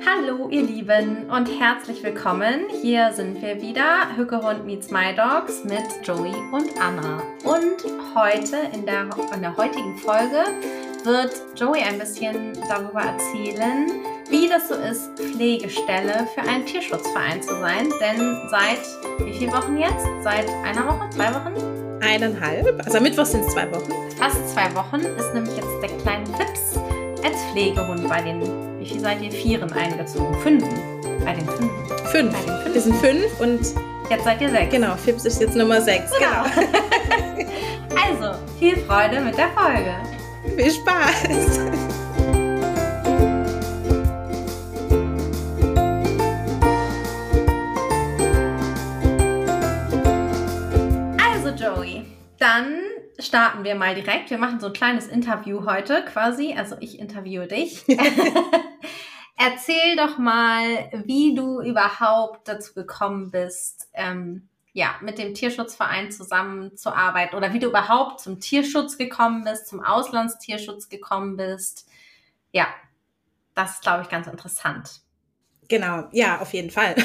Hallo ihr Lieben und herzlich willkommen. Hier sind wir wieder, Hückehund meets My Dogs mit Joey und Anna. Und heute in der heutigen Folge wird Joey ein bisschen darüber erzählen, wie das so ist, Pflegestelle für einen Tierschutzverein zu sein. Denn seit wie vielen Wochen jetzt? Seit einer Woche? 2 Wochen? 1,5. Also Mittwoch sind es 2 Wochen. Fast 2 Wochen ist nämlich jetzt der kleine Fips als Pflegehund bei den, wie viel seid ihr? 4 eingezogen? 5. Bei den 5. 5. Wir sind 5 und jetzt seid ihr 6. Genau, Fips ist jetzt Nummer 6. Genau. Also, viel Freude mit der Folge. Viel Spaß. Also Joey, dann starten wir mal direkt. Wir machen so ein kleines Interview heute quasi. Also ich interviewe dich. Erzähl doch mal, wie du überhaupt dazu gekommen bist, mit dem Tierschutzverein zusammenzuarbeiten oder wie du überhaupt zum Tierschutz gekommen bist, zum Auslandstierschutz gekommen bist. Ja, das ist, glaube ich, ganz interessant. Genau, ja, auf jeden Fall.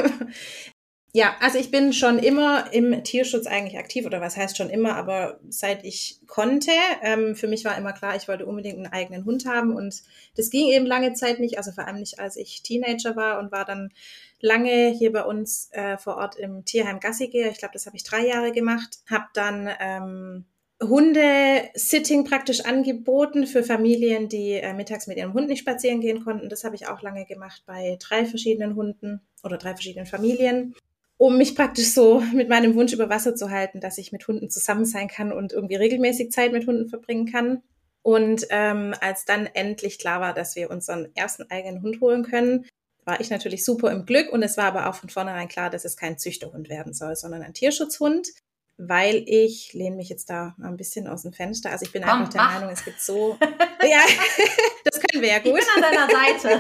Ja, also ich bin schon immer im Tierschutz eigentlich aktiv, oder was heißt schon immer, aber seit ich konnte. Für mich war immer klar, ich wollte unbedingt einen eigenen Hund haben und das ging eben lange Zeit nicht, also vor allem nicht, als ich Teenager war und war dann lange hier bei uns vor Ort im Tierheim Gassigeher. Ich glaube, das habe ich 3 Jahre gemacht, habe dann Hundesitting praktisch angeboten für Familien, die mittags mit ihrem Hund nicht spazieren gehen konnten. Das habe ich auch lange gemacht bei 3 verschiedenen Hunden oder 3 verschiedenen Familien, um mich praktisch so mit meinem Wunsch über Wasser zu halten, dass ich mit Hunden zusammen sein kann und irgendwie regelmäßig Zeit mit Hunden verbringen kann. Und als dann endlich klar war, dass wir unseren ersten eigenen Hund holen können, war ich natürlich super im Glück. Und es war aber auch von vornherein klar, dass es kein Züchterhund werden soll, sondern ein Tierschutzhund, weil ich lehne mich jetzt da mal ein bisschen aus dem Fenster. Also ich bin einfach der Meinung, es gibt so... Ja, das können wir ja gut. Ich bin an deiner Seite.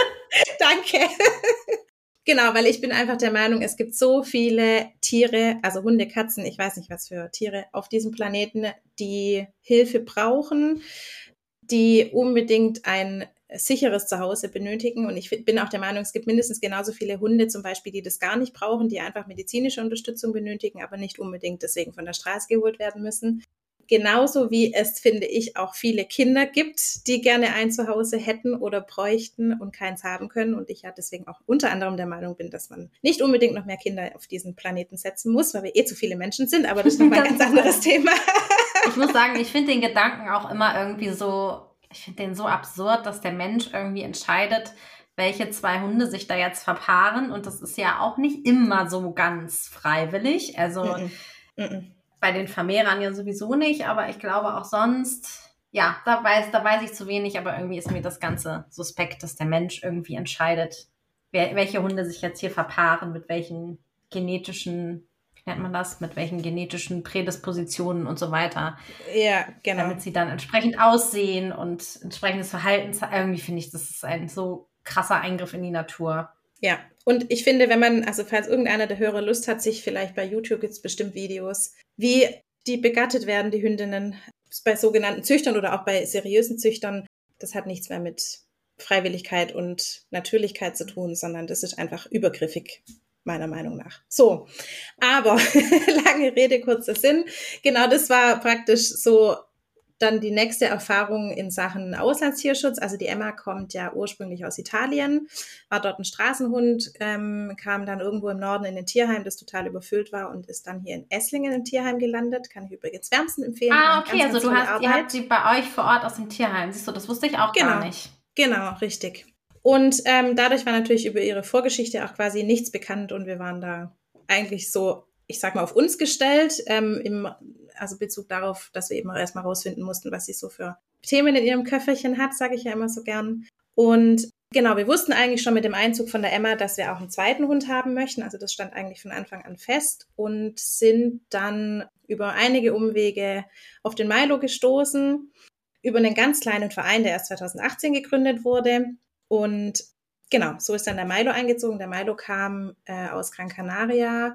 Danke. Genau, weil ich bin einfach der Meinung, es gibt so viele Tiere, also Hunde, Katzen, ich weiß nicht was für Tiere auf diesem Planeten, die Hilfe brauchen, die unbedingt ein sicheres Zuhause benötigen. Und ich bin auch der Meinung, es gibt mindestens genauso viele Hunde zum Beispiel, die das gar nicht brauchen, die einfach medizinische Unterstützung benötigen, aber nicht unbedingt deswegen von der Straße geholt werden müssen. Genauso wie es, finde ich, auch viele Kinder gibt, die gerne ein Zuhause hätten oder bräuchten und keins haben können. Und ich ja deswegen auch unter anderem der Meinung bin, dass man nicht unbedingt noch mehr Kinder auf diesen Planeten setzen muss, weil wir zu viele Menschen sind. Aber das ist nochmal ein ganz anderes Thema. Ich muss sagen, ich finde den Gedanken auch immer irgendwie so, ich finde den so absurd, dass der Mensch irgendwie entscheidet, welche 2 Hunde sich da jetzt verpaaren. Und das ist ja auch nicht immer so ganz freiwillig. Also bei den Vermehrern ja sowieso nicht, aber ich glaube auch sonst, ja, da weiß ich zu wenig, aber irgendwie ist mir das Ganze suspekt, dass der Mensch irgendwie entscheidet, welche Hunde sich jetzt hier verpaaren, mit welchen genetischen, wie nennt man das, mit welchen genetischen Prädispositionen und so weiter. Ja, genau. Damit sie dann entsprechend aussehen und entsprechendes Verhalten, irgendwie finde ich, das ist ein so krasser Eingriff in die Natur. Ja, und ich finde, wenn man, also falls irgendeiner der Hörer Lust hat, sich vielleicht bei YouTube gibt es bestimmt Videos, wie die begattet werden, die Hündinnen, bei sogenannten Züchtern oder auch bei seriösen Züchtern. Das hat nichts mehr mit Freiwilligkeit und Natürlichkeit zu tun, sondern das ist einfach übergriffig, meiner Meinung nach. So, aber lange Rede, kurzer Sinn. Genau, das war praktisch so dann die nächste Erfahrung in Sachen Auslandstierschutz. Also die Emma kommt ja ursprünglich aus Italien, war dort ein Straßenhund, kam dann irgendwo im Norden in ein Tierheim, das total überfüllt war und ist dann hier in Esslingen im Tierheim gelandet. Kann ich übrigens wärmstens empfehlen. Ah, okay, ganz, also ihr habt sie bei euch vor Ort aus dem Tierheim. Siehst du, das wusste ich auch gar nicht. Genau, richtig. Und dadurch war natürlich über ihre Vorgeschichte auch quasi nichts bekannt und wir waren da eigentlich so, ich sag mal, auf uns gestellt, also Bezug darauf, dass wir eben erstmal rausfinden mussten, was sie so für Themen in ihrem Köfferchen hat, sage ich ja immer so gern. Und genau, wir wussten eigentlich schon mit dem Einzug von der Emma, dass wir auch einen zweiten Hund haben möchten. Also das stand eigentlich von Anfang an fest und sind dann über einige Umwege auf den Milo gestoßen, über einen ganz kleinen Verein, der erst 2018 gegründet wurde. Und genau, so ist dann der Milo eingezogen. Der Milo kam aus Gran Canaria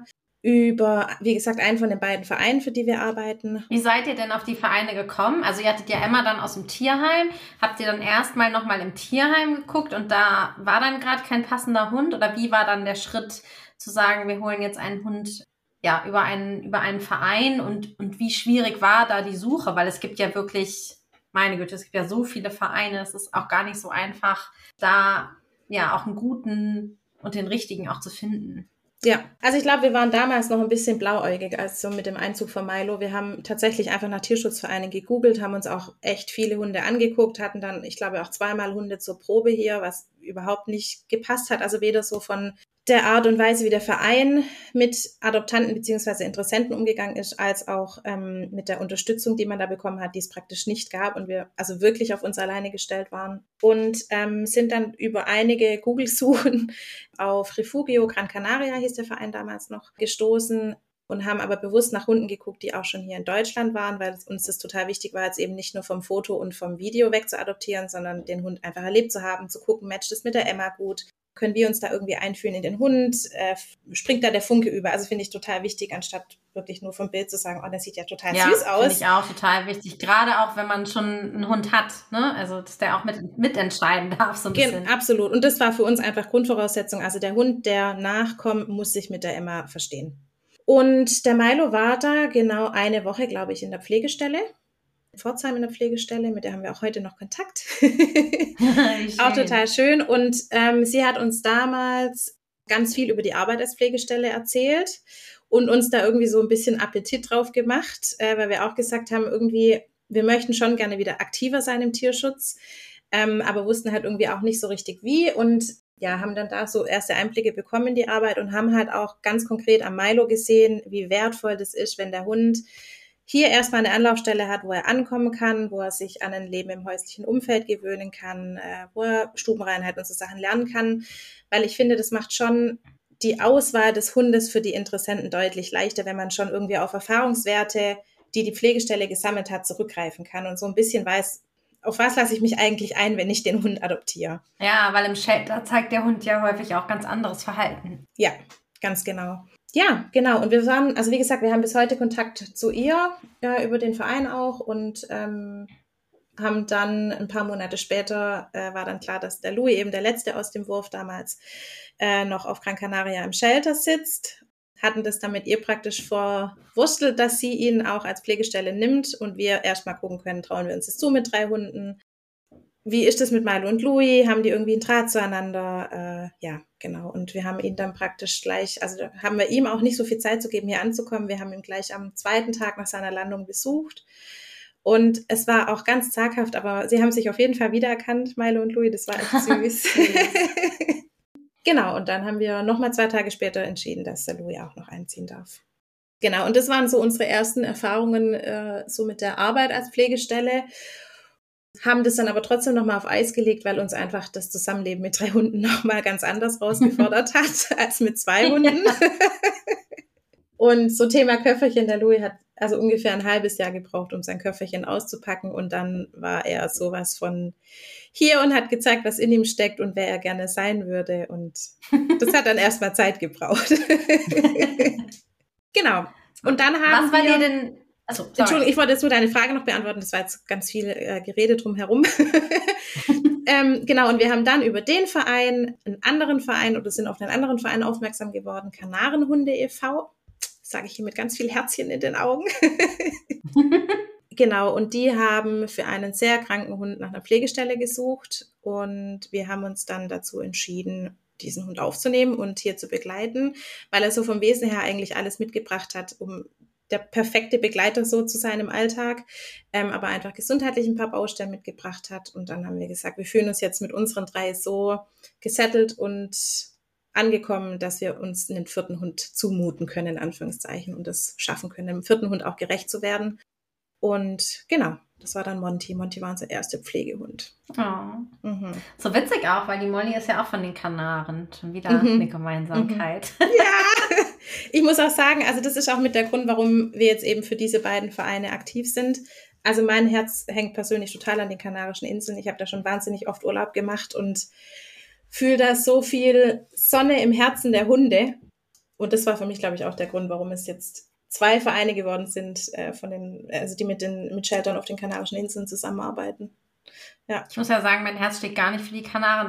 über, wie gesagt, einen von den beiden Vereinen, für die wir arbeiten. Wie seid ihr denn auf die Vereine gekommen? Also ihr hattet ja Emma dann aus dem Tierheim. Habt ihr dann erstmal nochmal im Tierheim geguckt und da war dann gerade kein passender Hund? Oder wie war dann der Schritt zu sagen, wir holen jetzt einen Hund ja über einen Verein und wie schwierig war da die Suche? Weil es gibt ja wirklich, meine Güte, es gibt ja so viele Vereine. Es ist auch gar nicht so einfach, da ja auch einen guten und den richtigen auch zu finden. Ja, also ich glaube, wir waren damals noch ein bisschen blauäugig, als so mit dem Einzug von Milo. Wir haben tatsächlich einfach nach Tierschutzvereinen gegoogelt, haben uns auch echt viele Hunde angeguckt, hatten dann, ich glaube, auch 2-mal Hunde zur Probe hier, was überhaupt nicht gepasst hat. Also weder so von der Art und Weise, wie der Verein mit Adoptanten bzw. Interessenten umgegangen ist, als auch mit der Unterstützung, die man da bekommen hat, die es praktisch nicht gab und wir also wirklich auf uns alleine gestellt waren. Und sind dann über einige Google-Suchen auf Refugio Gran Canaria, hieß der Verein damals noch, gestoßen und haben aber bewusst nach Hunden geguckt, die auch schon hier in Deutschland waren, weil uns das total wichtig war, jetzt eben nicht nur vom Foto und vom Video weg zu adoptieren, sondern den Hund einfach erlebt zu haben, zu gucken, matcht es mit der Emma gut, können wir uns da irgendwie einfühlen in den Hund, springt da der Funke über. Also finde ich total wichtig, anstatt wirklich nur vom Bild zu sagen, oh, das sieht ja total süß aus. Finde ich auch total wichtig, gerade auch, wenn man schon einen Hund hat, ne? Also, dass der auch mitentscheiden darf, so ein bisschen. Absolut. Und das war für uns einfach Grundvoraussetzung. Also der Hund, der nachkommt, muss sich mit der Emma verstehen. Und der Milo war da genau eine Woche, glaube ich, in der Pflegestelle. In Pforzheim in der Pflegestelle, mit der haben wir auch heute noch Kontakt. Auch total schön. Und sie hat uns damals ganz viel über die Arbeit als Pflegestelle erzählt und uns da irgendwie so ein bisschen Appetit drauf gemacht, weil wir auch gesagt haben, irgendwie, wir möchten schon gerne wieder aktiver sein im Tierschutz, aber wussten halt irgendwie auch nicht so richtig wie und ja, haben dann da so erste Einblicke bekommen in die Arbeit und haben halt auch ganz konkret am Milo gesehen, wie wertvoll das ist, wenn der Hund hier erstmal eine Anlaufstelle hat, wo er ankommen kann, wo er sich an ein Leben im häuslichen Umfeld gewöhnen kann, wo er Stubenreinheit und so Sachen lernen kann, weil ich finde, das macht schon die Auswahl des Hundes für die Interessenten deutlich leichter, wenn man schon irgendwie auf Erfahrungswerte, die die Pflegestelle gesammelt hat, zurückgreifen kann und so ein bisschen weiß, auf was lasse ich mich eigentlich ein, wenn ich den Hund adoptiere. Ja, weil im Shelter zeigt der Hund ja häufig auch ganz anderes Verhalten. Ja, ganz genau. Ja, genau. Und wir waren, also wie gesagt, wir haben bis heute Kontakt zu ihr, über den Verein auch und haben dann ein paar Monate später, war dann klar, dass der Louis, eben der Letzte aus dem Wurf damals, noch auf Gran Canaria im Shelter sitzt. Hatten das dann mit ihr praktisch verwurstelt, dass sie ihn auch als Pflegestelle nimmt und wir erstmal gucken können, trauen wir uns das zu mit 3 Hunden. Wie ist es mit Milo und Louis? Haben die irgendwie einen Draht zueinander? Ja, genau. Und wir haben ihn dann praktisch gleich, also haben wir ihm auch nicht so viel Zeit zu geben, hier anzukommen. Wir haben ihn gleich am 2. Tag nach seiner Landung besucht. Und es war auch ganz zaghaft, aber sie haben sich auf jeden Fall wiedererkannt, Milo und Louis. Das war echt süß. Genau, und dann haben wir nochmal 2 Tage später entschieden, dass der Louis auch noch einziehen darf. Genau, und das waren so unsere ersten Erfahrungen so mit der Arbeit als Pflegestelle. Haben das dann aber trotzdem nochmal auf Eis gelegt, weil uns einfach das Zusammenleben mit 3 Hunden nochmal ganz anders rausgefordert hat als mit 2 Hunden. Und so Thema Köfferchen, der Louis hat also ungefähr ein halbes Jahr gebraucht, um sein Köfferchen auszupacken und dann war er sowas von hier und hat gezeigt, was in ihm steckt und wer er gerne sein würde und das hat dann erstmal Zeit gebraucht. Genau. Und dann haben Was war dir denn... Also, Entschuldigung, ich wollte jetzt nur deine Frage noch beantworten. Das war jetzt ganz viel Gerede drumherum. Genau, und wir haben dann über den Verein, einen anderen Verein oder sind auf einen anderen Verein aufmerksam geworden, Kanarenhunde e.V. Das sage ich hier mit ganz viel Herzchen in den Augen. Genau, und die haben für einen sehr kranken Hund nach einer Pflegestelle gesucht und wir haben uns dann dazu entschieden, diesen Hund aufzunehmen und hier zu begleiten, weil er so vom Wesen her eigentlich alles mitgebracht hat, um der perfekte Begleiter so zu sein im Alltag, aber einfach gesundheitlich ein paar Baustellen mitgebracht hat. Und dann haben wir gesagt, wir fühlen uns jetzt mit unseren 3 so gesettelt und angekommen, dass wir uns einen 4. Hund zumuten können, in Anführungszeichen, und das schaffen können, dem 4. Hund auch gerecht zu werden. Und genau, das war dann Monty. Monty war unser erster Pflegehund. Oh. Mhm. So witzig auch, weil die Molly ist ja auch von den Kanaren. Schon wieder eine Gemeinsamkeit. Ja, ich muss auch sagen, also das ist auch mit der Grund, warum wir jetzt eben für diese beiden Vereine aktiv sind. Also mein Herz hängt persönlich total an den Kanarischen Inseln. Ich habe da schon wahnsinnig oft Urlaub gemacht und fühle da so viel Sonne im Herzen der Hunde. Und das war für mich, glaube ich, auch der Grund, warum es jetzt 2 Vereine geworden sind, also die mit Sheltern auf den Kanarischen Inseln zusammenarbeiten. Ja. Ich muss ja sagen, mein Herz schlägt gar nicht für die Kanaren.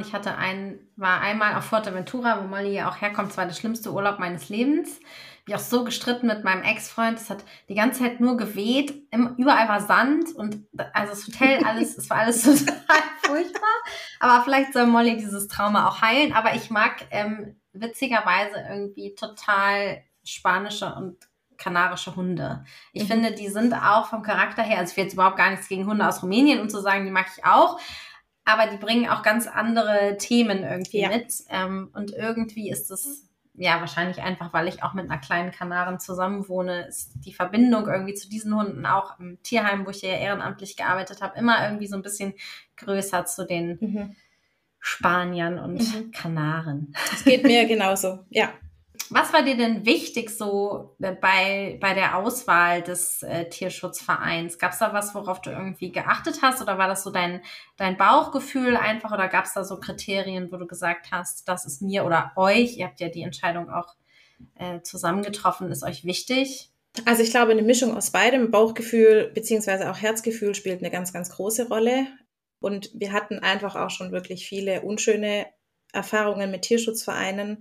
War einmal auf Fuerteventura, wo Molly ja auch herkommt. Es war der schlimmste Urlaub meines Lebens. Ich auch so gestritten mit meinem Ex-Freund. Es hat die ganze Zeit nur geweht. Überall war Sand und also das Hotel, es war alles total furchtbar. Aber vielleicht soll Molly dieses Trauma auch heilen. Aber ich mag witzigerweise irgendwie total spanische und kanarische Hunde. Ich finde, die sind auch vom Charakter her, also ich will jetzt überhaupt gar nichts gegen Hunde aus Rumänien und so sagen, die mag ich auch, aber die bringen auch ganz andere Themen irgendwie mit. Und irgendwie ist es, ja, wahrscheinlich einfach, weil ich auch mit einer kleinen Kanarin zusammenwohne, ist die Verbindung irgendwie zu diesen Hunden auch im Tierheim, wo ich ja ehrenamtlich gearbeitet habe, immer irgendwie so ein bisschen größer zu den Spaniern und Kanaren. Das geht mir genauso, ja. Was war dir denn wichtig so bei der Auswahl des Tierschutzvereins? Gab es da was, worauf du irgendwie geachtet hast? Oder war das so dein Bauchgefühl einfach? Oder gab es da so Kriterien, wo du gesagt hast, das ist mir oder euch, ihr habt ja die Entscheidung auch zusammen getroffen, ist euch wichtig? Also ich glaube, eine Mischung aus beidem, Bauchgefühl beziehungsweise auch Herzgefühl spielt eine ganz, ganz große Rolle. Und wir hatten einfach auch schon wirklich viele unschöne Erfahrungen mit Tierschutzvereinen.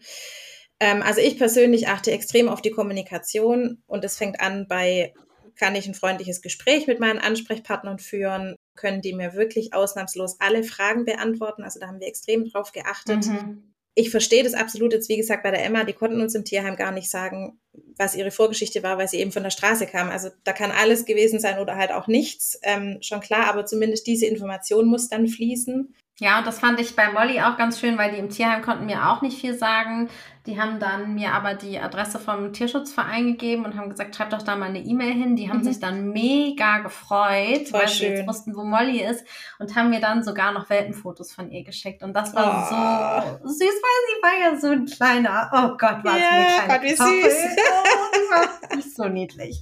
Also ich persönlich achte extrem auf die Kommunikation und es fängt an kann ich ein freundliches Gespräch mit meinen Ansprechpartnern führen, können die mir wirklich ausnahmslos alle Fragen beantworten. Also da haben wir extrem drauf geachtet. Ich verstehe das absolut jetzt, wie gesagt, bei der Emma, die konnten uns im Tierheim gar nicht sagen, was ihre Vorgeschichte war, weil sie eben von der Straße kam. Also da kann alles gewesen sein oder halt auch nichts, schon klar, aber zumindest diese Information muss dann fließen. Ja, und das fand ich bei Molly auch ganz schön, weil die im Tierheim konnten mir auch nicht viel sagen. Die haben dann mir aber die Adresse vom Tierschutzverein gegeben und haben gesagt, schreib doch da mal eine E-Mail hin. Die haben sich dann mega gefreut, weil sie jetzt wussten, wo Molly ist und haben mir dann sogar noch Welpenfotos von ihr geschickt. Und das war so süß, weil sie war ja so ein kleiner, oh Gott, war sie eine kleine Gott, wie süß. Oh, die war so niedlich.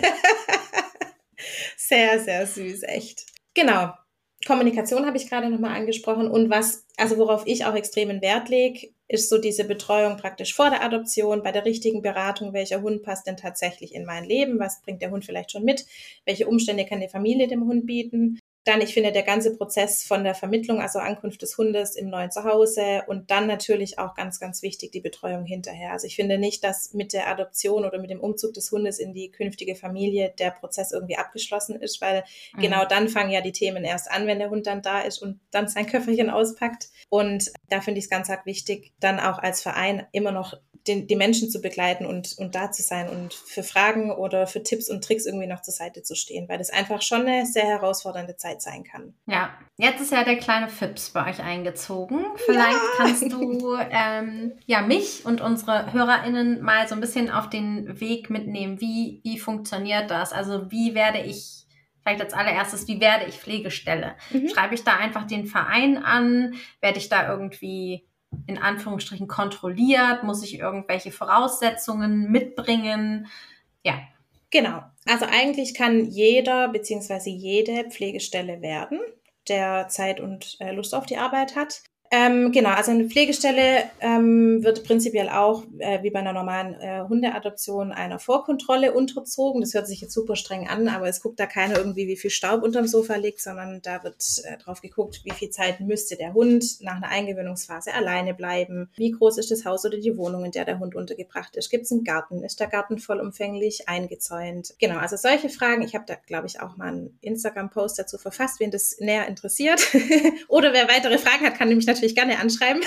Sehr, sehr süß, echt. Genau. Kommunikation habe ich gerade nochmal angesprochen und worauf ich auch extremen Wert lege, ist so diese Betreuung praktisch vor der Adoption, bei der richtigen Beratung, welcher Hund passt denn tatsächlich in mein Leben, was bringt der Hund vielleicht schon mit, welche Umstände kann die Familie dem Hund bieten. Dann, ich finde, der ganze Prozess von der Vermittlung, also Ankunft des Hundes im neuen Zuhause und dann natürlich auch ganz, ganz wichtig die Betreuung hinterher. Also ich finde nicht, dass mit der Adoption oder mit dem Umzug des Hundes in die künftige Familie der Prozess irgendwie abgeschlossen ist, weil genau dann fangen ja die Themen erst an, wenn der Hund dann da ist und dann sein Köfferchen auspackt. Und da finde ich es ganz arg wichtig, dann auch als Verein immer noch die Menschen zu begleiten und da zu sein und für Fragen oder für Tipps und Tricks irgendwie noch zur Seite zu stehen, weil das einfach schon eine sehr herausfordernde Zeit sein kann. Ja, jetzt ist ja der kleine Fips bei euch eingezogen. Vielleicht kannst du mich und unsere HörerInnen mal so ein bisschen auf den Weg mitnehmen. Wie funktioniert das? Also vielleicht als allererstes, wie werde ich Pflegestelle? Schreibe ich da einfach den Verein an? Werde ich da irgendwie in Anführungsstrichen kontrolliert? Muss ich irgendwelche Voraussetzungen mitbringen? Ja. Genau. Also eigentlich kann jeder bzw. jede Pflegestelle werden, der Zeit und Lust auf die Arbeit hat. Genau, also eine Pflegestelle wird prinzipiell auch wie bei einer normalen Hundeadoption einer Vorkontrolle unterzogen. Das hört sich jetzt super streng an, aber es guckt da keiner irgendwie, wie viel Staub unterm Sofa liegt, sondern da wird drauf geguckt, wie viel Zeit müsste der Hund nach einer Eingewöhnungsphase alleine bleiben, wie groß ist das Haus oder die Wohnung, in der der Hund untergebracht ist, gibt es einen Garten, ist der Garten vollumfänglich eingezäunt. Genau, also solche Fragen. Ich habe da, glaube ich, auch mal einen Instagram-Post dazu verfasst, wen das näher interessiert. Oder wer weitere Fragen hat, kann nämlich natürlich gerne anschreiben.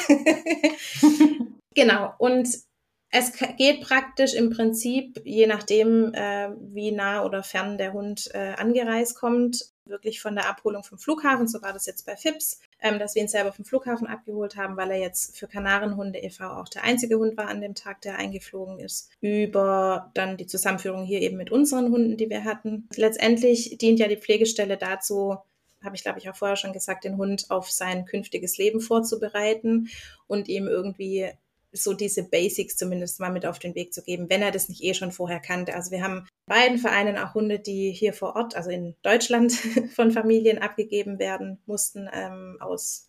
Genau, und es geht praktisch im Prinzip, je nachdem, wie nah oder fern der Hund angereist kommt, wirklich von der Abholung vom Flughafen, so war das jetzt bei Fips, dass wir ihn selber vom Flughafen abgeholt haben, weil er jetzt für Kanarenhunde e.V. auch der einzige Hund war an dem Tag, der eingeflogen ist, über dann die Zusammenführung hier eben mit unseren Hunden, die wir hatten. Letztendlich dient ja die Pflegestelle dazu, habe ich, glaube ich, auch vorher schon gesagt, den Hund auf sein künftiges Leben vorzubereiten und ihm irgendwie so diese Basics zumindest mal mit auf den Weg zu geben, wenn er das nicht schon vorher kannte. Also wir haben bei beiden Vereinen auch Hunde, die hier vor Ort, also in Deutschland, von Familien abgegeben werden mussten, aus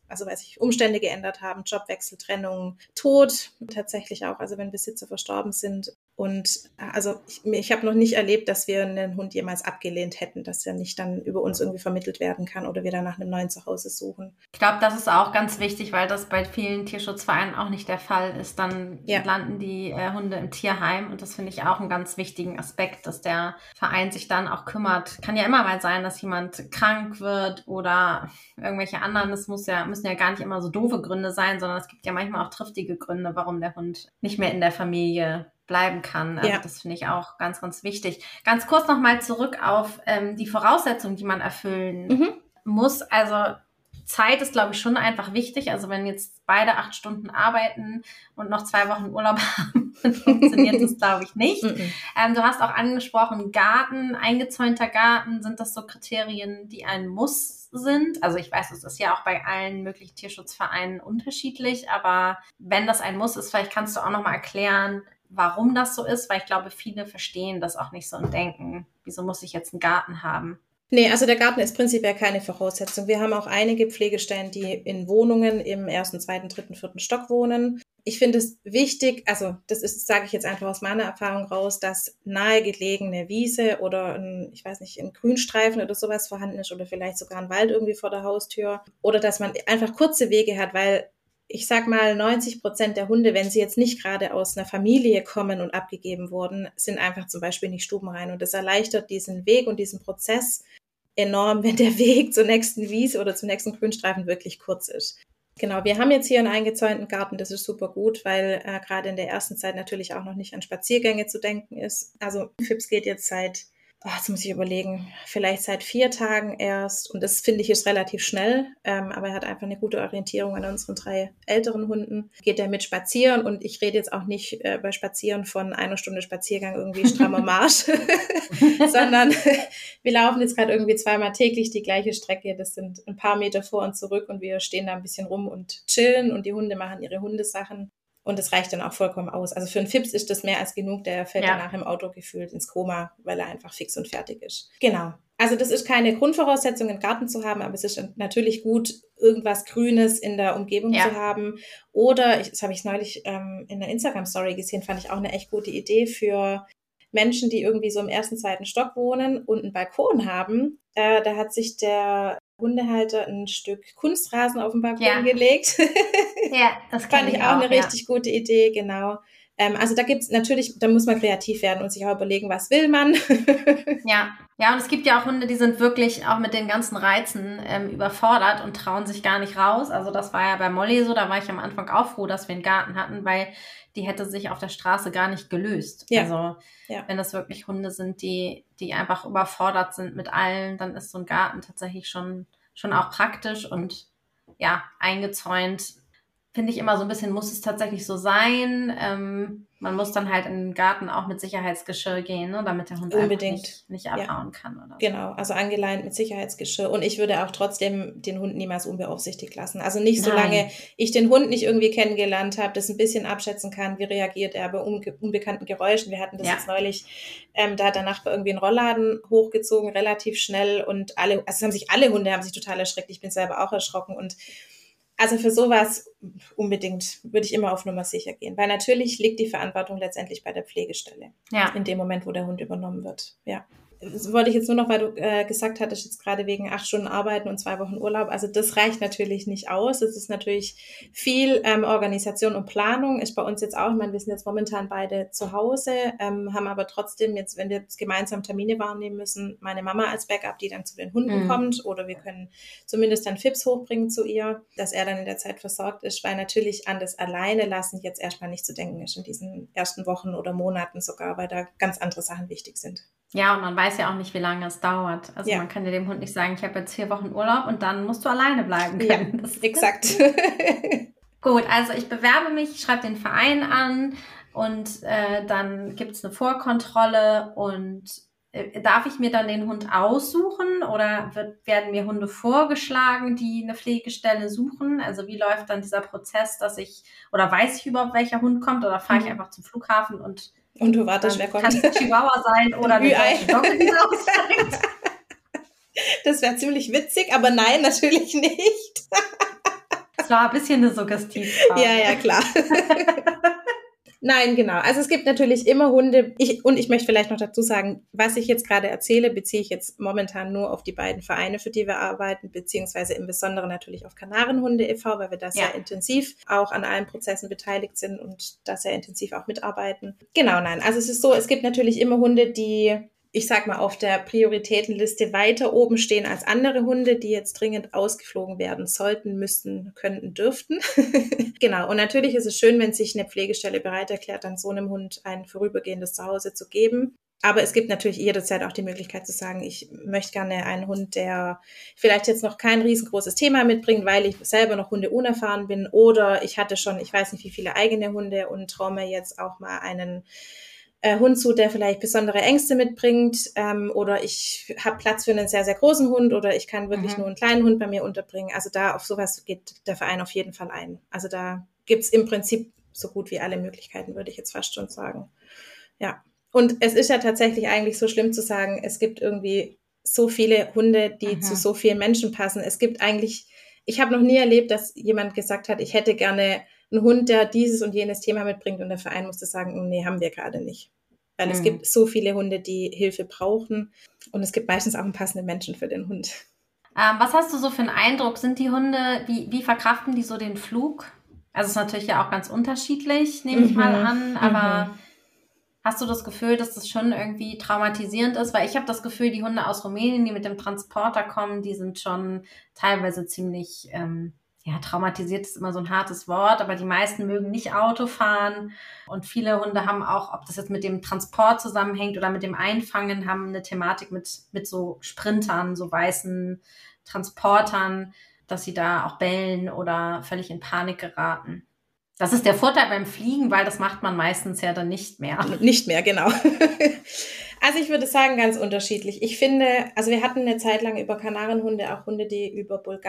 also weil sich Umstände geändert haben, Jobwechsel, Trennung, Tod tatsächlich auch, also wenn Besitzer verstorben sind. Und also ich habe noch nicht erlebt, dass wir einen Hund jemals abgelehnt hätten, dass er nicht dann über uns irgendwie vermittelt werden kann oder wir dann nach einem neuen Zuhause suchen. Ich glaube, das ist auch ganz wichtig, weil das bei vielen Tierschutzvereinen auch nicht der Fall ist. Dann landen die Hunde im Tierheim und das finde ich auch einen ganz wichtigen Aspekt, dass der Verein sich dann auch kümmert. Kann ja immer mal sein, dass jemand krank wird oder irgendwelche anderen. Das müssen ja gar nicht immer so doofe Gründe sein, sondern es gibt ja manchmal auch triftige Gründe, warum der Hund nicht mehr in der Familie bleiben kann. Also das finde ich auch ganz, ganz wichtig. Ganz kurz nochmal zurück auf die Voraussetzungen, die man erfüllen muss. Also Zeit ist, glaube ich, schon einfach wichtig. Also wenn jetzt beide 8 Stunden arbeiten und noch 2 Wochen Urlaub haben, dann funktioniert das, glaube ich, nicht. Du hast auch angesprochen, Garten, eingezäunter Garten, sind das so Kriterien, die ein Muss sind? Also ich weiß, es ist ja auch bei allen möglichen Tierschutzvereinen unterschiedlich, aber wenn das ein Muss ist, vielleicht kannst du auch nochmal erklären, warum das so ist, weil ich glaube, viele verstehen das auch nicht so und denken, wieso muss ich jetzt einen Garten haben? Nee, also der Garten ist prinzipiell keine Voraussetzung. Wir haben auch einige Pflegestellen, die in Wohnungen im 1., 2., 3., 4. Stock wohnen. Ich finde es wichtig, also das ist, sage ich jetzt einfach aus meiner Erfahrung raus, dass nahegelegene Wiese oder ein Grünstreifen oder sowas vorhanden ist oder vielleicht sogar ein Wald irgendwie vor der Haustür oder dass man einfach kurze Wege hat, weil ich sag mal, 90% der Hunde, wenn sie jetzt nicht gerade aus einer Familie kommen und abgegeben wurden, sind einfach zum Beispiel nicht stubenrein. Und das erleichtert diesen Weg und diesen Prozess enorm, wenn der Weg zur nächsten Wiese oder zum nächsten Grünstreifen wirklich kurz ist. Genau, wir haben jetzt hier einen eingezäunten Garten, das ist super gut, weil gerade in der ersten Zeit natürlich auch noch nicht an Spaziergänge zu denken ist. Also Fips geht jetzt jetzt muss ich überlegen, vielleicht seit 4 Tagen erst. Und das finde ich ist relativ schnell. Aber er hat einfach eine gute Orientierung an unseren 3 älteren Hunden. Geht er mit spazieren und ich rede jetzt auch nicht bei Spazieren von 1 Stunde Spaziergang irgendwie strammer Marsch, sondern wir laufen jetzt gerade irgendwie 2-mal täglich die gleiche Strecke. Das sind ein paar Meter vor und zurück und wir stehen da ein bisschen rum und chillen und die Hunde machen ihre Hundesachen. Und das reicht dann auch vollkommen aus. Also für einen Fips ist das mehr als genug. Der fällt danach im Auto gefühlt ins Koma, weil er einfach fix und fertig ist. Genau. Also das ist keine Grundvoraussetzung, einen Garten zu haben, aber es ist natürlich gut, irgendwas Grünes in der Umgebung zu haben. Oder, das habe ich neulich in der Instagram-Story gesehen, fand ich auch eine echt gute Idee für Menschen, die irgendwie so im 1., 2. Stock wohnen und einen Balkon haben. Da hat sich der Hundehalter ein Stück Kunstrasen auf den Balkon gelegt. Ja, das fand ich auch eine richtig gute Idee, genau. Also da gibt's natürlich, da muss man kreativ werden und sich auch überlegen, was will man. Ja, und es gibt ja auch Hunde, die sind wirklich auch mit den ganzen Reizen überfordert und trauen sich gar nicht raus. Also das war ja bei Molly so, da war ich am Anfang auch froh, dass wir einen Garten hatten, weil die hätte sich auf der Straße gar nicht gelöst. Ja. Also wenn das wirklich Hunde sind, die einfach überfordert sind mit allem, dann ist so ein Garten tatsächlich schon auch praktisch und eingezäunt. Finde ich immer so ein bisschen, muss es tatsächlich so sein. Man muss dann halt in den Garten auch mit Sicherheitsgeschirr gehen, ne, damit der Hund unbedingt nicht abhauen kann. Oder so. Genau, also angeleint mit Sicherheitsgeschirr. Und ich würde auch trotzdem den Hund niemals unbeaufsichtigt lassen. Also nicht solange ich den Hund nicht irgendwie kennengelernt habe, das ein bisschen abschätzen kann, wie reagiert er bei unbekannten Geräuschen. Wir hatten das jetzt neulich, da hat der Nachbar irgendwie einen Rollladen hochgezogen, relativ schnell. Und alle Hunde haben sich total erschreckt. Ich bin selber auch erschrocken und also für sowas unbedingt würde ich immer auf Nummer sicher gehen, weil natürlich liegt die Verantwortung letztendlich bei der Pflegestelle in dem Moment, wo der Hund übernommen wird. Ja. Das wollte ich jetzt nur noch, weil du gesagt hattest, jetzt gerade wegen 8 Stunden Arbeiten und 2 Wochen Urlaub. Also das reicht natürlich nicht aus. Es ist natürlich viel Organisation und Planung. Ist bei uns jetzt auch, ich meine, wir sind jetzt momentan beide zu Hause, haben aber trotzdem jetzt, wenn wir jetzt gemeinsam Termine wahrnehmen müssen, meine Mama als Backup, die dann zu den Hunden kommt, oder wir können zumindest dann Fips hochbringen zu ihr, dass er dann in der Zeit versorgt ist, weil natürlich an das Alleine lassen jetzt erstmal nicht zu denken ist in diesen ersten Wochen oder Monaten sogar, weil da ganz andere Sachen wichtig sind. Ja, und man weiß ja auch nicht, wie lange es dauert. Also man kann ja dem Hund nicht sagen, ich habe jetzt 4 Wochen Urlaub und dann musst du alleine bleiben können. Ja, das exakt. Gut, also ich bewerbe mich, schreibe den Verein an und dann gibt's eine Vorkontrolle und darf ich mir dann den Hund aussuchen oder werden mir Hunde vorgeschlagen, die eine Pflegestelle suchen? Also wie läuft dann dieser Prozess, oder weiß ich überhaupt, welcher Hund kommt oder fahre ich einfach zum Flughafen und du wartest, wer kommt. Kann es ein Chihuahua sein oder eine deutsche Dogge, die raussteigt? Das wäre ziemlich witzig, aber nein, natürlich nicht. Das war ein bisschen eine Suggestivfrage. Ja, klar. Nein, genau. Also es gibt natürlich immer Hunde. Ich möchte vielleicht noch dazu sagen, was ich jetzt gerade erzähle, beziehe ich jetzt momentan nur auf die beiden Vereine, für die wir arbeiten, beziehungsweise im Besonderen natürlich auf Kanarenhunde e.V., weil wir da sehr intensiv auch an allen Prozessen beteiligt sind und da sehr intensiv auch mitarbeiten. Genau, nein. Also es ist so, es gibt natürlich immer Hunde, die, ich sag mal, auf der Prioritätenliste weiter oben stehen als andere Hunde, die jetzt dringend ausgeflogen werden sollten, müssten, könnten, dürften. Genau. Und natürlich ist es schön, wenn sich eine Pflegestelle bereit erklärt, dann so einem Hund ein vorübergehendes Zuhause zu geben. Aber es gibt natürlich jederzeit auch die Möglichkeit zu sagen, ich möchte gerne einen Hund, der vielleicht jetzt noch kein riesengroßes Thema mitbringt, weil ich selber noch Hunde unerfahren bin, oder ich hatte schon, ich weiß nicht wie viele eigene Hunde und traue mir jetzt auch mal einen Hund zu, der vielleicht besondere Ängste mitbringt, oder ich habe Platz für einen sehr, sehr großen Hund, oder ich kann wirklich nur einen kleinen Hund bei mir unterbringen. Also da auf sowas geht der Verein auf jeden Fall ein. Also da gibt's im Prinzip so gut wie alle Möglichkeiten, würde ich jetzt fast schon sagen. Ja. Und es ist ja tatsächlich eigentlich so schlimm zu sagen, es gibt irgendwie so viele Hunde, die zu so vielen Menschen passen. Es gibt eigentlich, ich habe noch nie erlebt, dass jemand gesagt hat, ich hätte gerne einen Hund, der dieses und jenes Thema mitbringt, und der Verein musste sagen, nee, haben wir gerade nicht. Weil es gibt so viele Hunde, die Hilfe brauchen, und es gibt meistens auch einen passenden Menschen für den Hund. Was hast du so für einen Eindruck? Sind die Hunde, wie verkraften die so den Flug? Also es ist natürlich ja auch ganz unterschiedlich, nehme ich mal an, aber hast du das Gefühl, dass das schon irgendwie traumatisierend ist? Weil ich habe das Gefühl, die Hunde aus Rumänien, die mit dem Transporter kommen, die sind schon teilweise ziemlich, traumatisiert ist immer so ein hartes Wort, aber die meisten mögen nicht Auto fahren. Und viele Hunde haben auch, ob das jetzt mit dem Transport zusammenhängt oder mit dem Einfangen, haben eine Thematik mit so Sprintern, so weißen Transportern, dass sie da auch bellen oder völlig in Panik geraten. Das ist der Vorteil beim Fliegen, weil das macht man meistens ja dann nicht mehr. Nicht mehr, genau. Also ich würde sagen, ganz unterschiedlich. Ich finde, also wir hatten eine Zeit lang über Kanarenhunde auch Hunde, die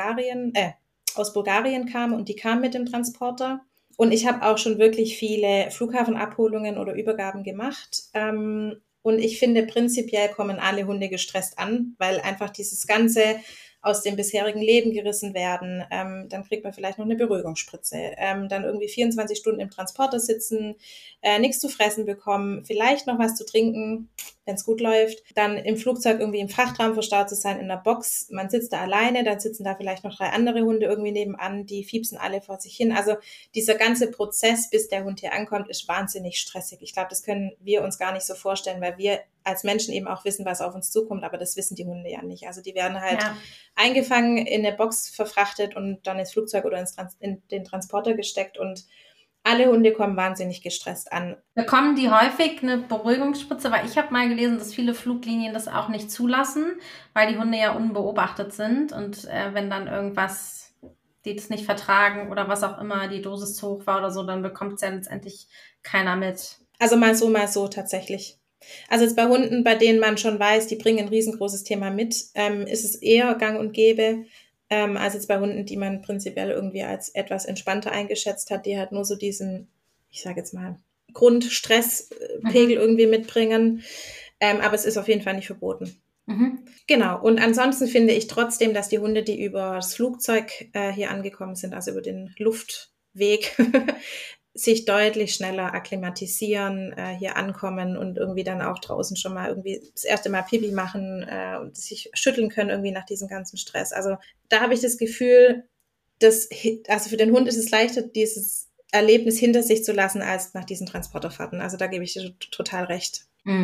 aus Bulgarien kamen, und die kamen mit dem Transporter. Und ich habe auch schon wirklich viele Flughafenabholungen oder Übergaben gemacht. Und ich finde, prinzipiell kommen alle Hunde gestresst an, weil einfach dieses ganze aus dem bisherigen Leben gerissen werden, dann kriegt man vielleicht noch eine Beruhigungsspritze, dann irgendwie 24 Stunden im Transporter sitzen, nichts zu fressen bekommen, vielleicht noch was zu trinken, wenn es gut läuft, dann im Flugzeug irgendwie im Frachtraum verstaut zu sein, in der Box, man sitzt da alleine, dann sitzen da vielleicht noch 3 andere Hunde irgendwie nebenan, die fiepsen alle vor sich hin. Also dieser ganze Prozess, bis der Hund hier ankommt, ist wahnsinnig stressig. Ich glaube, das können wir uns gar nicht so vorstellen, weil wir als Menschen eben auch wissen, was auf uns zukommt, aber das wissen die Hunde ja nicht. Also die werden halt eingefangen, in eine Box verfrachtet und dann ins Flugzeug oder in den Transporter gesteckt, und alle Hunde kommen wahnsinnig gestresst an. Bekommen die häufig eine Beruhigungsspritze? Weil ich habe mal gelesen, dass viele Fluglinien das auch nicht zulassen, weil die Hunde ja unbeobachtet sind, und wenn dann irgendwas, die das nicht vertragen oder was auch immer, die Dosis zu hoch war oder so, dann bekommt es ja letztendlich keiner mit. Also mal so tatsächlich. Also jetzt bei Hunden, bei denen man schon weiß, die bringen ein riesengroßes Thema mit, ist es eher gang und gäbe, als jetzt bei Hunden, die man prinzipiell irgendwie als etwas entspannter eingeschätzt hat, die halt nur so diesen, ich sage jetzt mal, Grundstresspegel irgendwie mitbringen. Aber es ist auf jeden Fall nicht verboten. Genau. Und ansonsten finde ich trotzdem, dass die Hunde, die über das Flugzeug hier angekommen sind, also über den Luftweg, sich deutlich schneller akklimatisieren, hier ankommen und irgendwie dann auch draußen schon mal irgendwie das erste Mal Pipi machen und sich schütteln können irgendwie nach diesem ganzen Stress. Also da habe ich das Gefühl, also für den Hund ist es leichter, dieses Erlebnis hinter sich zu lassen, als nach diesen Transporterfahrten. Also da gebe ich dir total recht.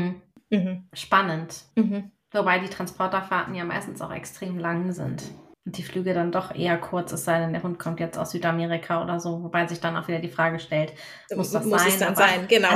Spannend. Wobei die Transporterfahrten ja meistens auch extrem lang sind. Und die Flüge dann doch eher kurz, es sei denn, der Hund kommt jetzt aus Südamerika oder so, wobei sich dann auch wieder die Frage stellt, muss es dann sein? Genau.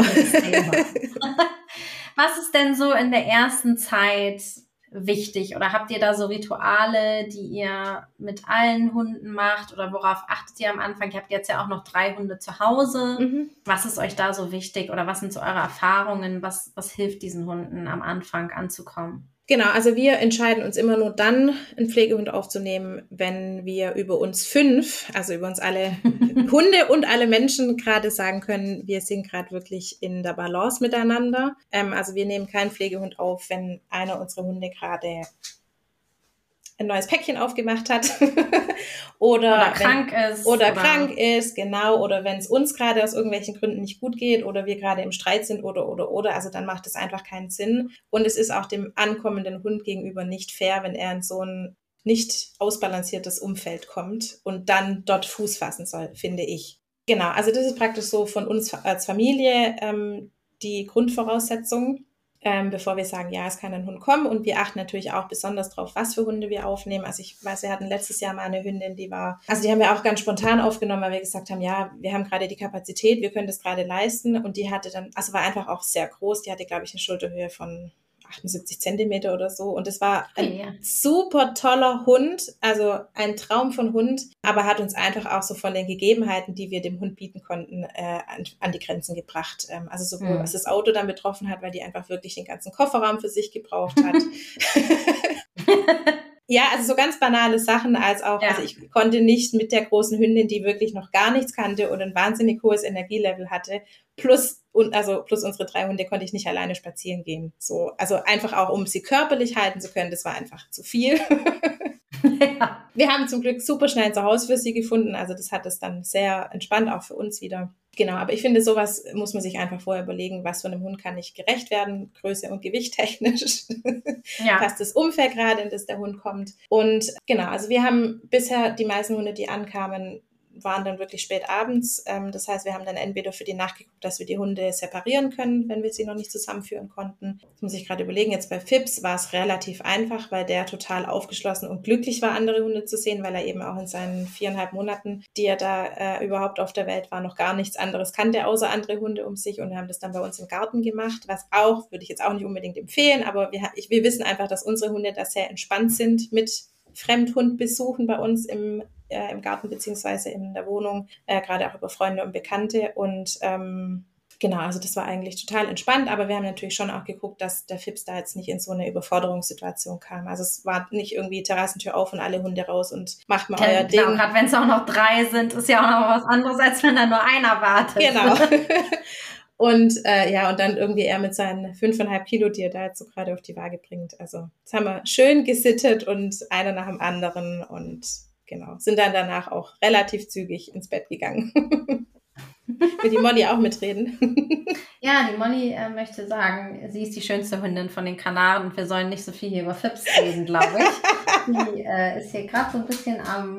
Was ist denn so in der ersten Zeit wichtig? Oder habt ihr da so Rituale, die ihr mit allen Hunden macht? Oder worauf achtet ihr am Anfang? Ihr habt jetzt ja auch noch 3 Hunde zu Hause. Was ist euch da so wichtig? Oder was sind so eure Erfahrungen? Was hilft diesen Hunden am Anfang anzukommen? Genau, also wir entscheiden uns immer nur dann, einen Pflegehund aufzunehmen, wenn wir über uns 5, also über uns alle Hunde und alle Menschen gerade sagen können, wir sind gerade wirklich in der Balance miteinander. Also wir nehmen keinen Pflegehund auf, wenn einer unserer Hunde gerade ein neues Päckchen aufgemacht hat oder krank ist, genau, oder wenn es uns gerade aus irgendwelchen Gründen nicht gut geht oder wir gerade im Streit sind oder, also dann macht es einfach keinen Sinn. Und es ist auch dem ankommenden Hund gegenüber nicht fair, wenn er in so ein nicht ausbalanciertes Umfeld kommt und dann dort Fuß fassen soll, finde ich. Genau, also das ist praktisch so von uns als Familie die Grundvoraussetzung, bevor wir sagen, ja, es kann ein Hund kommen. Und wir achten natürlich auch besonders drauf, was für Hunde wir aufnehmen. Also ich weiß, wir hatten letztes Jahr mal eine Hündin, die haben wir auch ganz spontan aufgenommen, weil wir gesagt haben, ja, wir haben gerade die Kapazität, wir können das gerade leisten. Und die hatte dann, also war einfach auch sehr groß, die hatte, glaube ich, eine Schulterhöhe von 78 Zentimeter oder so. Und es war ein super toller Hund, also ein Traum von Hund, aber hat uns einfach auch so von den Gegebenheiten, die wir dem Hund bieten konnten, an die Grenzen gebracht. Also sowohl was das Auto dann betroffen hat, weil die einfach wirklich den ganzen Kofferraum für sich gebraucht hat. Ja, also so ganz banale Sachen, als auch, also ich konnte nicht mit der großen Hündin, die wirklich noch gar nichts kannte und ein wahnsinnig hohes Energielevel hatte, plus unsere 3 Hunde konnte ich nicht alleine spazieren gehen. So, also einfach auch, um sie körperlich halten zu können, das war einfach zu viel. Ja. Wir haben zum Glück super schnell ein Zuhause für sie gefunden, also das hat es dann sehr entspannt, auch für uns wieder. Genau, aber ich finde, sowas muss man sich einfach vorher überlegen, was von einem Hund kann nicht gerecht werden, Größe und Gewicht technisch. Passt das Umfeld gerade, in das der Hund kommt. Und genau, also wir haben bisher die meisten Hunde, die ankamen, waren dann wirklich spät abends. Das heißt, wir haben dann entweder für die Nacht geguckt, dass wir die Hunde separieren können, wenn wir sie noch nicht zusammenführen konnten. Das muss ich gerade überlegen. Jetzt bei Fips war es relativ einfach, weil der total aufgeschlossen und glücklich war, andere Hunde zu sehen, weil er eben auch in seinen 4,5 Monaten, die er da überhaupt auf der Welt war, noch gar nichts anderes kannte, außer andere Hunde um sich. Und wir haben das dann bei uns im Garten gemacht, was auch, würde ich jetzt auch nicht unbedingt empfehlen, aber wir wissen einfach, dass unsere Hunde da sehr entspannt sind mit Fremdhundbesuchen bei uns im Garten beziehungsweise in der Wohnung, gerade auch über Freunde und Bekannte. Und genau, also das war eigentlich total entspannt, aber wir haben natürlich schon auch geguckt, dass der Fips da jetzt nicht in so eine Überforderungssituation kam. Also es war nicht irgendwie Terrassentür auf und alle Hunde raus und macht mal euer Ding. Genau, gerade wenn es auch noch 3 sind, ist ja auch noch was anderes, als wenn da nur einer wartet. Genau. Und und dann irgendwie er mit seinen 5,5 Kilo, die er da jetzt so gerade auf die Waage bringt. Also das haben wir schön gesittet und einer nach dem anderen und genau, sind dann danach auch relativ zügig ins Bett gegangen. Will die Molly auch mitreden? Ja, die Molly möchte sagen, sie ist die schönste Hündin von den Kanaren und wir sollen nicht so viel hier über Fips reden, glaube ich. Die ist hier gerade so ein bisschen am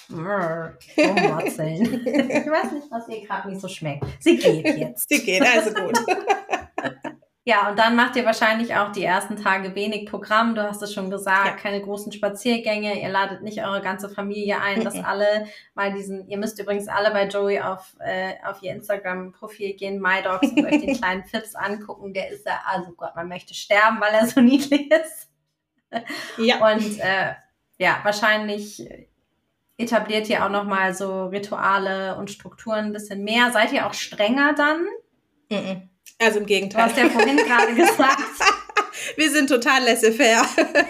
rumwatzeln. Ich weiß nicht, was ihr gerade nicht so schmeckt. Sie geht jetzt. Sie geht, also gut. Ja, und dann macht ihr wahrscheinlich auch die ersten Tage wenig Programm. Du hast es schon gesagt, keine großen Spaziergänge. Ihr ladet nicht eure ganze Familie ein, dass alle mal ihr müsst übrigens alle bei Joey auf ihr Instagram-Profil gehen, MyDogs, und euch den kleinen Fips angucken. Der ist ja, also Gott, man möchte sterben, weil er so niedlich ist. Ja. Und wahrscheinlich etabliert ihr auch nochmal so Rituale und Strukturen ein bisschen mehr. Seid ihr auch strenger dann? Also im Gegenteil. Du hast ja vorhin gerade gesagt. Wir sind total laissez-faire.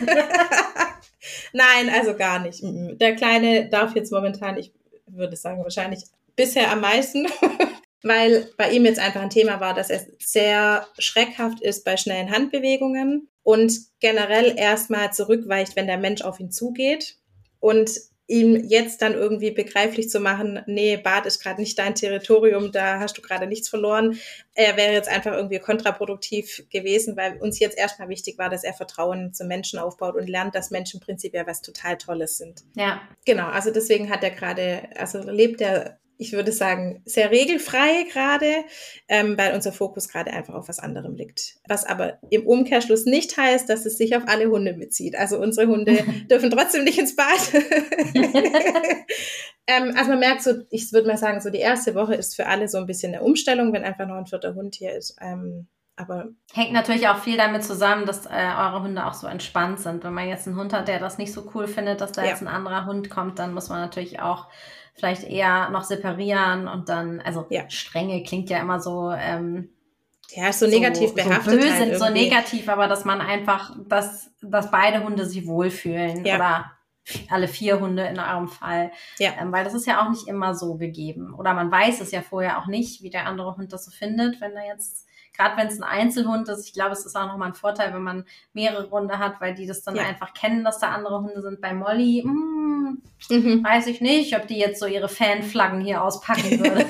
Nein, also gar nicht. Der Kleine darf jetzt momentan, ich würde sagen, wahrscheinlich bisher am meisten, weil bei ihm jetzt einfach ein Thema war, dass er sehr schreckhaft ist bei schnellen Handbewegungen und generell erstmal zurückweicht, wenn der Mensch auf ihn zugeht. Und ihm jetzt dann irgendwie begreiflich zu machen, nee, Bad ist gerade nicht dein Territorium, da hast du gerade nichts verloren, er wäre jetzt einfach irgendwie kontraproduktiv gewesen, weil uns jetzt erstmal wichtig war, dass er Vertrauen zum Menschen aufbaut und lernt, dass Menschen prinzipiell was total Tolles sind. Ja. Genau, also deswegen hat er gerade, also lebt er, ich würde sagen, sehr regelfrei gerade, weil unser Fokus gerade einfach auf was anderem liegt. Was aber im Umkehrschluss nicht heißt, dass es sich auf alle Hunde bezieht. Also unsere Hunde dürfen trotzdem nicht ins Bad. Also man merkt so, ich würde mal sagen, so die erste Woche ist für alle so ein bisschen eine Umstellung, wenn einfach noch ein 4. Hund hier ist. Aber hängt natürlich auch viel damit zusammen, dass eure Hunde auch so entspannt sind. Wenn man jetzt einen Hund hat, der das nicht so cool findet, dass da jetzt ein anderer Hund kommt, dann muss man natürlich auch vielleicht eher noch separieren und dann, also Strenge klingt ja immer so ist so negativ behaftet. So böse, halt so negativ, aber dass man einfach, dass beide Hunde sich wohlfühlen oder alle 4 Hunde in eurem Fall. Ja. Weil das ist ja auch nicht immer so gegeben. Oder man weiß es ja vorher auch nicht, wie der andere Hund das so findet, wenn er jetzt gerade wenn es ein Einzelhund ist, ich glaube, es ist auch nochmal ein Vorteil, wenn man mehrere Hunde hat, weil die das dann einfach kennen, dass da andere Hunde sind. Bei Molly, weiß ich nicht, ob die jetzt so ihre Fanflaggen hier auspacken würde.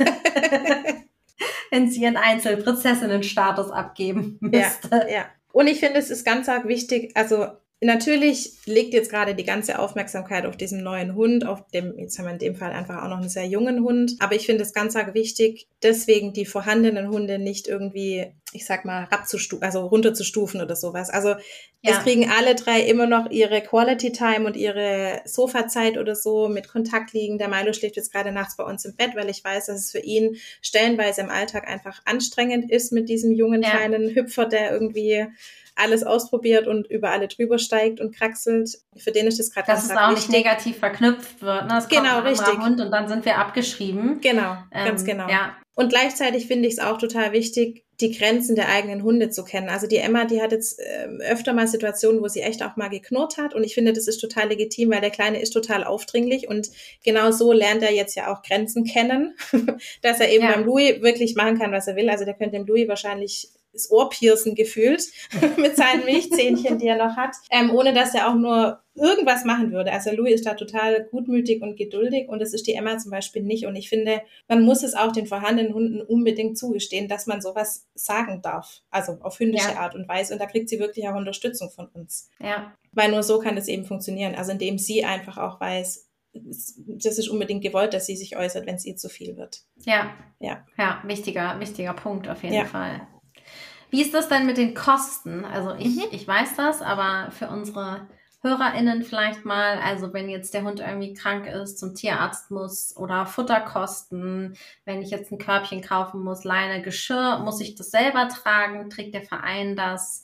Wenn sie ihren Einzelprinzessinnen-Status abgeben müsste. Ja. Und ich finde, es ist ganz arg wichtig, also natürlich liegt jetzt gerade die ganze Aufmerksamkeit auf diesem neuen Hund, auf dem, jetzt haben wir in dem Fall einfach auch noch einen sehr jungen Hund, aber ich finde es ganz arg wichtig, deswegen die vorhandenen Hunde nicht irgendwie, ich sag mal, also runterzustufen oder sowas. Also es kriegen alle 3 immer noch ihre Quality Time und ihre Sofazeit oder so mit Kontakt liegen. Der Milo schläft jetzt gerade nachts bei uns im Bett, weil ich weiß, dass es für ihn stellenweise im Alltag einfach anstrengend ist mit diesem jungen kleinen Hüpfer, der irgendwie alles ausprobiert und über alle drüber steigt und kraxelt. Für den ist das gerade ganz wichtig. Dass es auch nicht negativ verknüpft wird. Ne? Es kommt ein anderer Hund und dann sind wir abgeschrieben. Genau, ganz genau. Ja. Und gleichzeitig finde ich es auch total wichtig, die Grenzen der eigenen Hunde zu kennen. Also die Emma, die hat jetzt öfter mal Situationen, wo sie echt auch mal geknurrt hat. Und ich finde, das ist total legitim, weil der Kleine ist total aufdringlich. Und genau so lernt er jetzt ja auch Grenzen kennen, dass er eben beim Louis wirklich machen kann, was er will. Also der könnte dem Louis wahrscheinlich das Ohr piercen gefühlt mit seinen Milchzähnchen, die er noch hat, ohne dass er auch nur irgendwas machen würde. Also Louis ist da total gutmütig und geduldig und das ist die Emma zum Beispiel nicht. Und ich finde, man muss es auch den vorhandenen Hunden unbedingt zugestehen, dass man sowas sagen darf. Also auf hündische Art und Weise. Und da kriegt sie wirklich auch Unterstützung von uns. Ja. Weil nur so kann das eben funktionieren. Also indem sie einfach auch weiß, das ist unbedingt gewollt, dass sie sich äußert, wenn es ihr zu viel wird. Ja, wichtiger Punkt auf jeden Fall. Wie ist das denn mit den Kosten? Also ich weiß das, aber für unsere HörerInnen vielleicht mal, also wenn jetzt der Hund irgendwie krank ist, zum Tierarzt muss oder Futterkosten, wenn ich jetzt ein Körbchen kaufen muss, Leine, Geschirr, muss ich das selber tragen? Trägt der Verein das?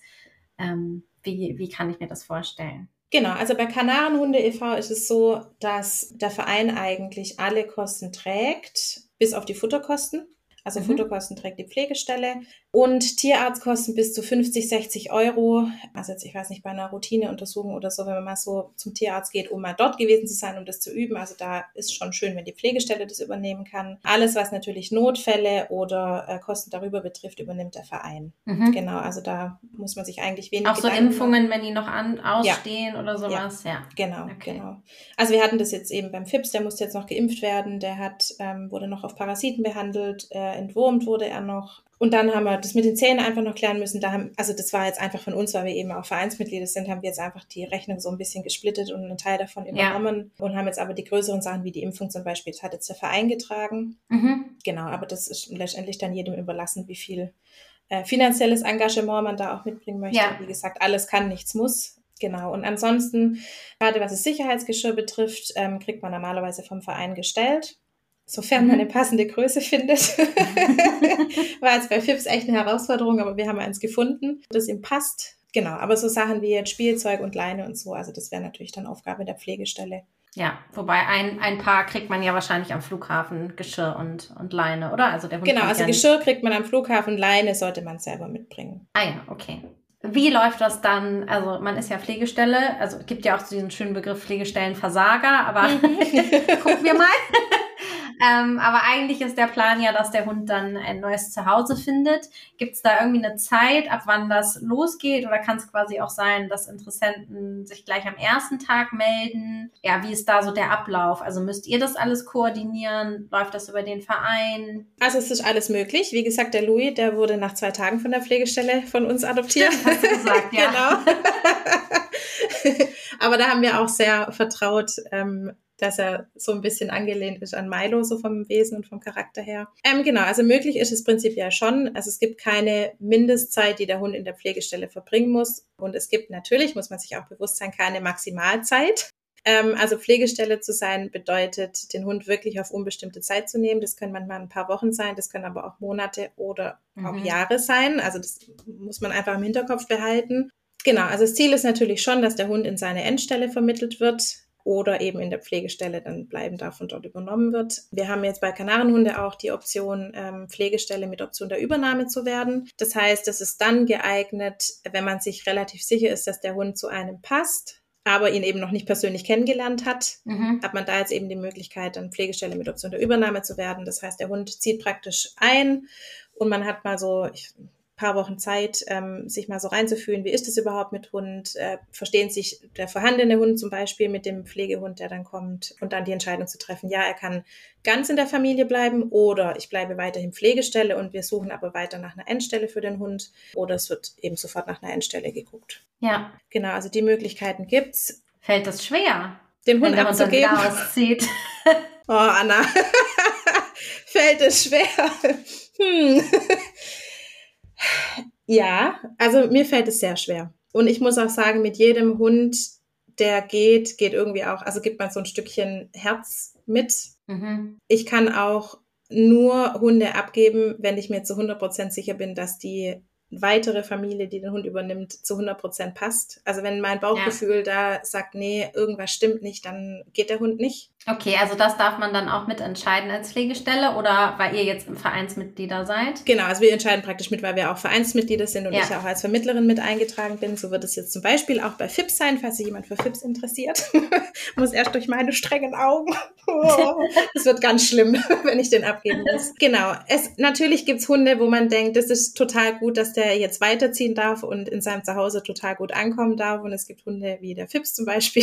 Wie kann ich mir das vorstellen? Genau, also bei Kanarenhunde e.V. ist es so, dass der Verein eigentlich alle Kosten trägt, bis auf die Futterkosten. Also Futterkosten trägt die Pflegestelle und Tierarztkosten bis zu 50, 60 Euro. Also jetzt, ich weiß nicht, bei einer Routineuntersuchung oder so, wenn man mal so zum Tierarzt geht, um mal dort gewesen zu sein, um das zu üben. Also da ist schon schön, wenn die Pflegestelle das übernehmen kann. Alles, was natürlich Notfälle oder Kosten darüber betrifft, übernimmt der Verein. Genau, also da muss man sich eigentlich wenig auch so Impfungen, wenn die noch ausstehen oder sowas. Ja. Genau. Also wir hatten das jetzt eben beim Fips, der musste jetzt noch geimpft werden, der wurde noch auf Parasiten behandelt, entwurmt wurde er noch. Und dann haben wir das mit den Zähnen einfach noch klären müssen. Also das war jetzt einfach von uns, weil wir eben auch Vereinsmitglieder sind, haben wir jetzt einfach die Rechnung so ein bisschen gesplittet und einen Teil davon übernommen und haben jetzt aber die größeren Sachen wie die Impfung zum Beispiel, das hat jetzt der Verein getragen. Genau, aber das ist letztendlich dann jedem überlassen, wie viel finanzielles Engagement man da auch mitbringen möchte. Ja. Wie gesagt, alles kann, nichts muss. Genau. Und ansonsten, gerade was das Sicherheitsgeschirr betrifft, kriegt man normalerweise vom Verein gestellt. Sofern man eine passende Größe findet. War jetzt bei Fips echt eine Herausforderung, aber wir haben eins gefunden, das ihm passt. Genau, aber so Sachen wie jetzt Spielzeug und Leine und so, also das wäre natürlich dann Aufgabe der Pflegestelle. Ja, wobei ein Paar kriegt man ja wahrscheinlich am Flughafen, Geschirr und Leine, oder? Also der Hund genau, also Geschirr kriegt man am Flughafen, Leine sollte man selber mitbringen. Ah ja, okay. Wie läuft das dann? Also man ist ja Pflegestelle, also es gibt ja auch so diesen schönen Begriff Pflegestellenversager, aber gucken wir mal. Aber eigentlich ist der Plan ja, dass der Hund dann ein neues Zuhause findet. Gibt es da irgendwie eine Zeit, ab wann das losgeht? Oder kann es quasi auch sein, dass Interessenten sich gleich am ersten Tag melden? Ja, wie ist da so der Ablauf? Also müsst ihr das alles koordinieren? Läuft das über den Verein? Also es ist alles möglich. Wie gesagt, der Louis, der wurde nach 2 Tagen von der Pflegestelle von uns adoptiert. Hast du gesagt, ja. Genau. Aber da haben wir auch sehr vertraut, dass er so ein bisschen angelehnt ist an Milo, so vom Wesen und vom Charakter her. Genau, also möglich ist es prinzipiell schon. Also es gibt keine Mindestzeit, die der Hund in der Pflegestelle verbringen muss. Und es gibt natürlich, muss man sich auch bewusst sein, keine Maximalzeit. Also Pflegestelle zu sein bedeutet, den Hund wirklich auf unbestimmte Zeit zu nehmen. Das können manchmal ein paar Wochen sein, das können aber auch Monate oder auch Jahre sein. Also das muss man einfach im Hinterkopf behalten. Genau, also das Ziel ist natürlich schon, dass der Hund in seine Endstelle vermittelt wird oder eben in der Pflegestelle dann bleiben darf und dort übernommen wird. Wir haben jetzt bei Kanarenhunde auch die Option, Pflegestelle mit Option der Übernahme zu werden. Das heißt, das ist dann geeignet, wenn man sich relativ sicher ist, dass der Hund zu einem passt, aber ihn eben noch nicht persönlich kennengelernt hat, hat man da jetzt eben die Möglichkeit, dann Pflegestelle mit Option der Übernahme zu werden. Das heißt, der Hund zieht praktisch ein und man hat mal so paar Wochen Zeit, sich mal so reinzufühlen, wie ist es überhaupt mit Hund, verstehen sich der vorhandene Hund zum Beispiel mit dem Pflegehund, der dann kommt, und dann die Entscheidung zu treffen, ja, er kann ganz in der Familie bleiben oder ich bleibe weiterhin Pflegestelle und wir suchen aber weiter nach einer Endstelle für den Hund oder es wird eben sofort nach einer Endstelle geguckt. Ja. Genau, also die Möglichkeiten gibt's. Fällt das schwer, den Hund wenn der abzugeben? Hund dann wieder auszieht? Oh, Anna, fällt es schwer? Ja, also mir fällt es sehr schwer. Und ich muss auch sagen, mit jedem Hund, der geht irgendwie auch, also gibt man so ein Stückchen Herz mit. Mhm. Ich kann auch nur Hunde abgeben, wenn ich mir zu 100% sicher bin, dass die weitere Familie, die den Hund übernimmt, zu 100% passt. Also wenn mein Bauchgefühl da sagt, nee, irgendwas stimmt nicht, dann geht der Hund nicht. Okay, also das darf man dann auch mitentscheiden als Pflegestelle oder weil ihr jetzt Vereinsmitglieder seid? Genau, also wir entscheiden praktisch mit, weil wir auch Vereinsmitglieder sind und ich auch als Vermittlerin mit eingetragen bin. So wird es jetzt zum Beispiel auch bei FIPS sein, falls sich jemand für FIPS interessiert. Muss erst durch meine strengen Augen. Das wird ganz schlimm, wenn ich den abgeben muss. Genau, natürlich gibt's Hunde, wo man denkt, das ist total gut, dass der jetzt weiterziehen darf und in seinem Zuhause total gut ankommen darf. Und es gibt Hunde wie der FIPS zum Beispiel.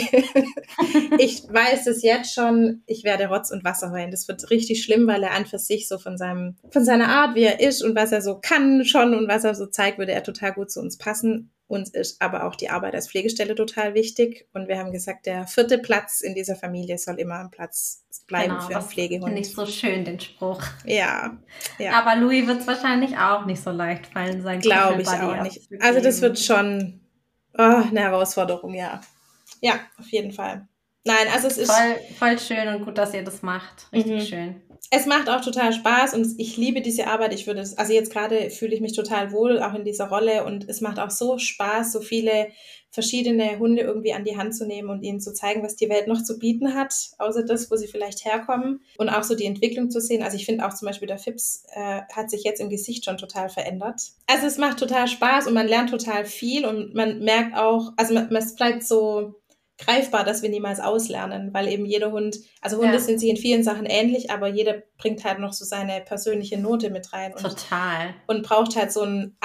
Ich weiß es jetzt schon, ich werde Rotz und Wasser heulen. Das wird richtig schlimm, weil er an für sich so von seiner Art, wie er ist und was er so kann schon und was er so zeigt, würde er total gut zu uns passen. Uns ist aber auch die Arbeit als Pflegestelle total wichtig. Und wir haben gesagt, der 4. Platz in dieser Familie soll immer ein Platz bleiben für einen Pflegehund. Finde ich so schön, den Spruch. Ja. Aber Louis wird es wahrscheinlich auch nicht so leicht fallen, sein Glaube ich auch nicht. Also das wird schon eine Herausforderung, ja. Ja, auf jeden Fall. Nein, also es ist voll schön und gut, dass ihr das macht. Richtig schön. Es macht auch total Spaß und ich liebe diese Arbeit. Also jetzt gerade fühle ich mich total wohl, auch in dieser Rolle, und es macht auch so Spaß, so viele verschiedene Hunde irgendwie an die Hand zu nehmen und ihnen zu zeigen, was die Welt noch zu bieten hat, außer das, wo sie vielleicht herkommen, und auch so die Entwicklung zu sehen. Also ich finde auch zum Beispiel der Fips hat sich jetzt im Gesicht schon total verändert. Also es macht total Spaß und man lernt total viel und man merkt auch, also es bleibt so greifbar, dass wir niemals auslernen, weil eben jeder Hund, also Hunde sind sich in vielen Sachen ähnlich, aber jeder bringt halt noch so seine persönliche Note mit rein. Total. Und braucht halt so eine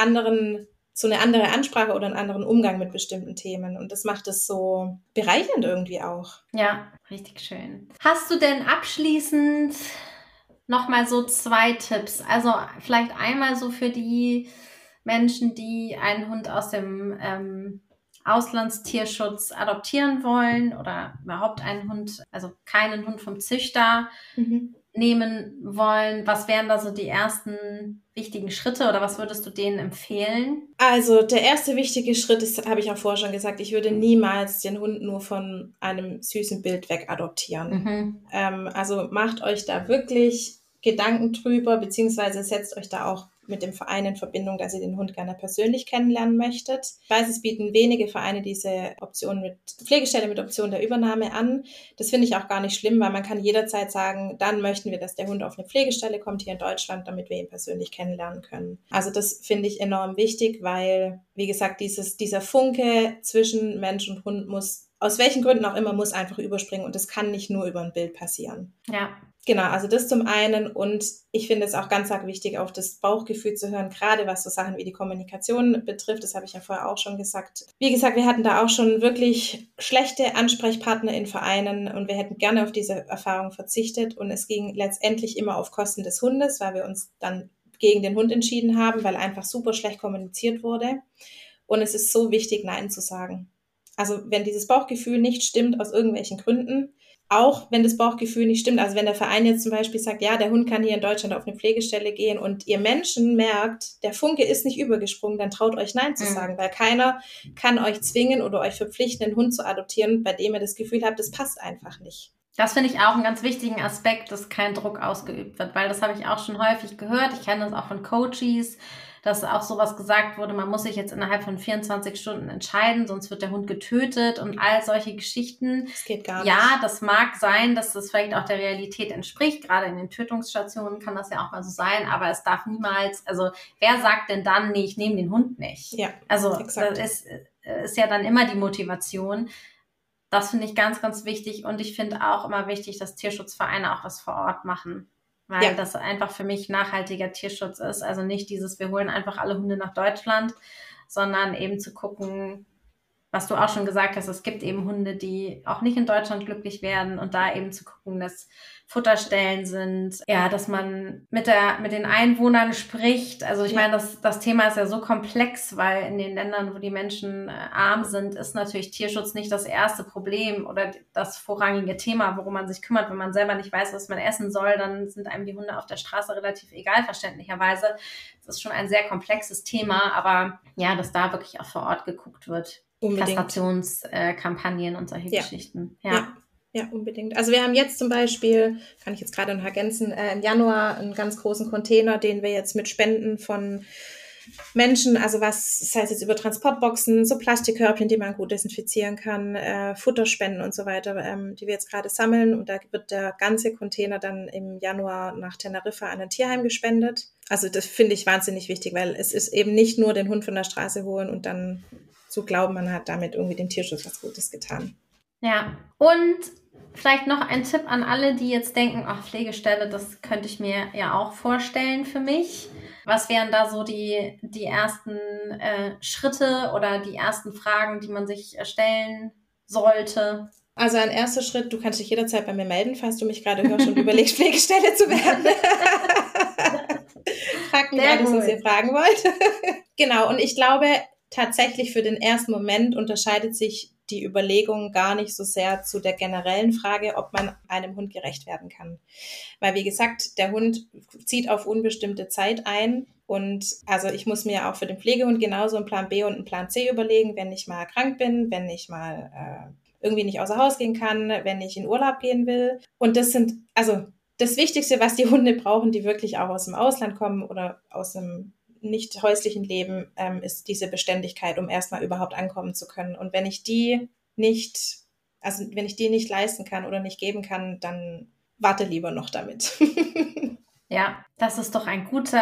andere Ansprache oder einen anderen Umgang mit bestimmten Themen. Und das macht es so bereichernd irgendwie auch. Ja, richtig schön. Hast du denn abschließend nochmal so 2 Tipps? Also vielleicht einmal so für die Menschen, die einen Hund aus dem Auslandstierschutz adoptieren wollen oder überhaupt einen Hund, also keinen Hund vom Züchter nehmen wollen. Was wären da so die ersten wichtigen Schritte oder was würdest du denen empfehlen? Also der erste wichtige Schritt ist, habe ich auch vorher schon gesagt, ich würde niemals den Hund nur von einem süßen Bild weg adoptieren. Also macht euch da wirklich Gedanken drüber, beziehungsweise setzt euch da auch mit dem Verein in Verbindung, dass ihr den Hund gerne persönlich kennenlernen möchtet. Ich weiß, es bieten wenige Vereine diese Option mit Pflegestelle mit Option der Übernahme an. Das finde ich auch gar nicht schlimm, weil man kann jederzeit sagen, dann möchten wir, dass der Hund auf eine Pflegestelle kommt hier in Deutschland, damit wir ihn persönlich kennenlernen können. Also das finde ich enorm wichtig, weil, wie gesagt, dieser Funke zwischen Mensch und Hund muss, aus welchen Gründen auch immer, muss einfach überspringen und das kann nicht nur über ein Bild passieren. Ja. Genau, also das zum einen, und ich finde es auch ganz arg wichtig, auf das Bauchgefühl zu hören, gerade was so Sachen wie die Kommunikation betrifft, das habe ich ja vorher auch schon gesagt. Wie gesagt, wir hatten da auch schon wirklich schlechte Ansprechpartner in Vereinen und wir hätten gerne auf diese Erfahrung verzichtet und es ging letztendlich immer auf Kosten des Hundes, weil wir uns dann gegen den Hund entschieden haben, weil einfach super schlecht kommuniziert wurde, und es ist so wichtig, Nein zu sagen. Also wenn dieses Bauchgefühl nicht stimmt aus irgendwelchen Gründen, auch wenn das Bauchgefühl nicht stimmt, also wenn der Verein jetzt zum Beispiel sagt, ja, der Hund kann hier in Deutschland auf eine Pflegestelle gehen und ihr Menschen merkt, der Funke ist nicht übergesprungen, dann traut euch Nein zu sagen, weil keiner kann euch zwingen oder euch verpflichten, einen Hund zu adoptieren, bei dem ihr das Gefühl habt, das passt einfach nicht. Das finde ich auch einen ganz wichtigen Aspekt, dass kein Druck ausgeübt wird, weil das habe ich auch schon häufig gehört. Ich kenne das auch von Coaches, dass auch sowas gesagt wurde, man muss sich jetzt innerhalb von 24 Stunden entscheiden, sonst wird der Hund getötet und all solche Geschichten. Das geht gar nicht. Ja, das mag sein, dass das vielleicht auch der Realität entspricht. Gerade in den Tötungsstationen kann das ja auch mal so sein, aber es darf niemals, also wer sagt denn dann, nee, ich nehme den Hund nicht? Ja, also exakt. Das ist ja dann immer die Motivation. Das finde ich ganz, ganz wichtig und ich finde auch immer wichtig, dass Tierschutzvereine auch was vor Ort machen. weil das einfach für mich nachhaltiger Tierschutz ist. Also nicht dieses, wir holen einfach alle Hunde nach Deutschland, sondern eben zu gucken, was du auch schon gesagt hast, es gibt eben Hunde, die auch nicht in Deutschland glücklich werden und da eben zu gucken, dass Futterstellen sind, ja, dass man mit den Einwohnern spricht. Also ich meine, das Thema ist ja so komplex, weil in den Ländern, wo die Menschen arm sind, ist natürlich Tierschutz nicht das erste Problem oder das vorrangige Thema, worum man sich kümmert. Wenn man selber nicht weiß, was man essen soll, dann sind einem die Hunde auf der Straße relativ egal, verständlicherweise. Das ist schon ein sehr komplexes Thema, aber ja, dass da wirklich auch vor Ort geguckt wird. Kastrationskampagnen und solche Geschichten. Ja, unbedingt. Also wir haben jetzt zum Beispiel, kann ich jetzt gerade noch ergänzen, im Januar einen ganz großen Container, den wir jetzt mit Spenden von Menschen, also was, das heißt jetzt über Transportboxen, so Plastikkörbchen, die man gut desinfizieren kann, Futterspenden und so weiter, die wir jetzt gerade sammeln. Und da wird der ganze Container dann im Januar nach Teneriffa an ein Tierheim gespendet. Also das finde ich wahnsinnig wichtig, weil es ist eben nicht nur den Hund von der Straße holen und dann zu glauben, man hat damit irgendwie dem Tierschutz was Gutes getan. Ja, und vielleicht noch ein Tipp an alle, die jetzt denken, ach, Pflegestelle, das könnte ich mir ja auch vorstellen für mich. Was wären da so die ersten Schritte oder die ersten Fragen, die man sich stellen sollte? Also ein erster Schritt, du kannst dich jederzeit bei mir melden, falls du mich gerade hörst und überlegst, Pflegestelle zu werden. Fragt mich alles, was ihr fragen wollt. Genau, und ich glaube, tatsächlich für den ersten Moment unterscheidet sich die Überlegung gar nicht so sehr zu der generellen Frage, ob man einem Hund gerecht werden kann. Weil, wie gesagt, der Hund zieht auf unbestimmte Zeit ein und also ich muss mir auch für den Pflegehund genauso einen Plan B und einen Plan C überlegen, wenn ich mal krank bin, wenn ich mal irgendwie nicht außer Haus gehen kann, wenn ich in Urlaub gehen will. Und das sind, also das Wichtigste, was die Hunde brauchen, die wirklich auch aus dem Ausland kommen oder aus dem nicht häuslichen Leben, ist diese Beständigkeit, um erstmal überhaupt ankommen zu können. Und wenn ich die nicht leisten kann oder nicht geben kann, dann warte lieber noch damit. Ja, das ist doch ein gutes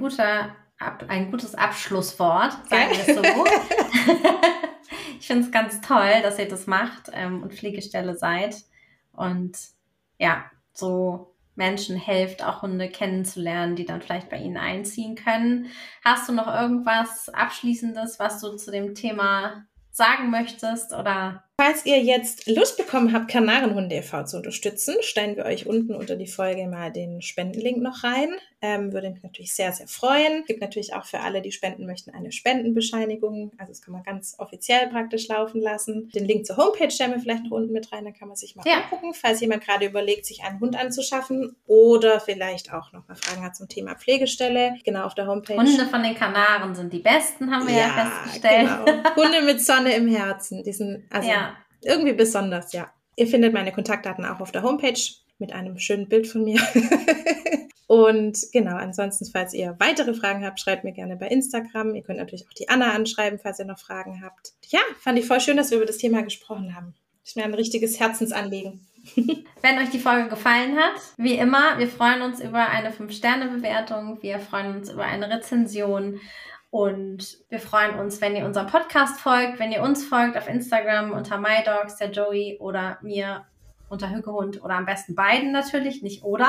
Abschlusswort, sagen wir es so. Ich finde es ganz toll, dass ihr das macht und Pflegestelle seid und ja, so Menschen helft, auch Hunde kennenzulernen, die dann vielleicht bei ihnen einziehen können. Hast du noch irgendwas Abschließendes, was du zu dem Thema sagen möchtest? Oder? Falls ihr jetzt Lust bekommen habt, Kanarenhunde e.V. zu unterstützen, stellen wir euch unten unter die Folge mal den Spendenlink noch rein. Würde mich natürlich sehr, sehr freuen. Gibt natürlich auch für alle, die spenden möchten, eine Spendenbescheinigung. Also das kann man ganz offiziell praktisch laufen lassen. Den Link zur Homepage stellen wir vielleicht noch unten mit rein, dann kann man sich mal angucken, falls jemand gerade überlegt, sich einen Hund anzuschaffen oder vielleicht auch noch mal Fragen hat zum Thema Pflegestelle. Genau, auf der Homepage. Hunde von den Kanaren sind die besten, haben wir ja festgestellt. Genau. Hunde mit Sonne im Herzen. Die sind irgendwie besonders, ja. Ihr findet meine Kontaktdaten auch auf der Homepage mit einem schönen Bild von mir. Und genau, ansonsten, falls ihr weitere Fragen habt, schreibt mir gerne bei Instagram. Ihr könnt natürlich auch die Anna anschreiben, falls ihr noch Fragen habt. Ja, fand ich voll schön, dass wir über das Thema gesprochen haben. Ist mir ein richtiges Herzensanliegen. Wenn euch die Folge gefallen hat, wie immer, wir freuen uns über eine 5-Sterne-Bewertung. Wir freuen uns über eine Rezension. Und wir freuen uns, wenn ihr unserem Podcast folgt, wenn ihr uns folgt auf Instagram unter MyDogs, der Joey oder mir unter Hückehund oder am besten beiden natürlich, nicht oder.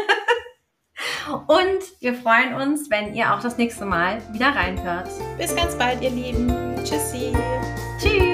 Und wir freuen uns, wenn ihr auch das nächste Mal wieder reinhört. Bis ganz bald, ihr Lieben. Tschüssi. Tschüss.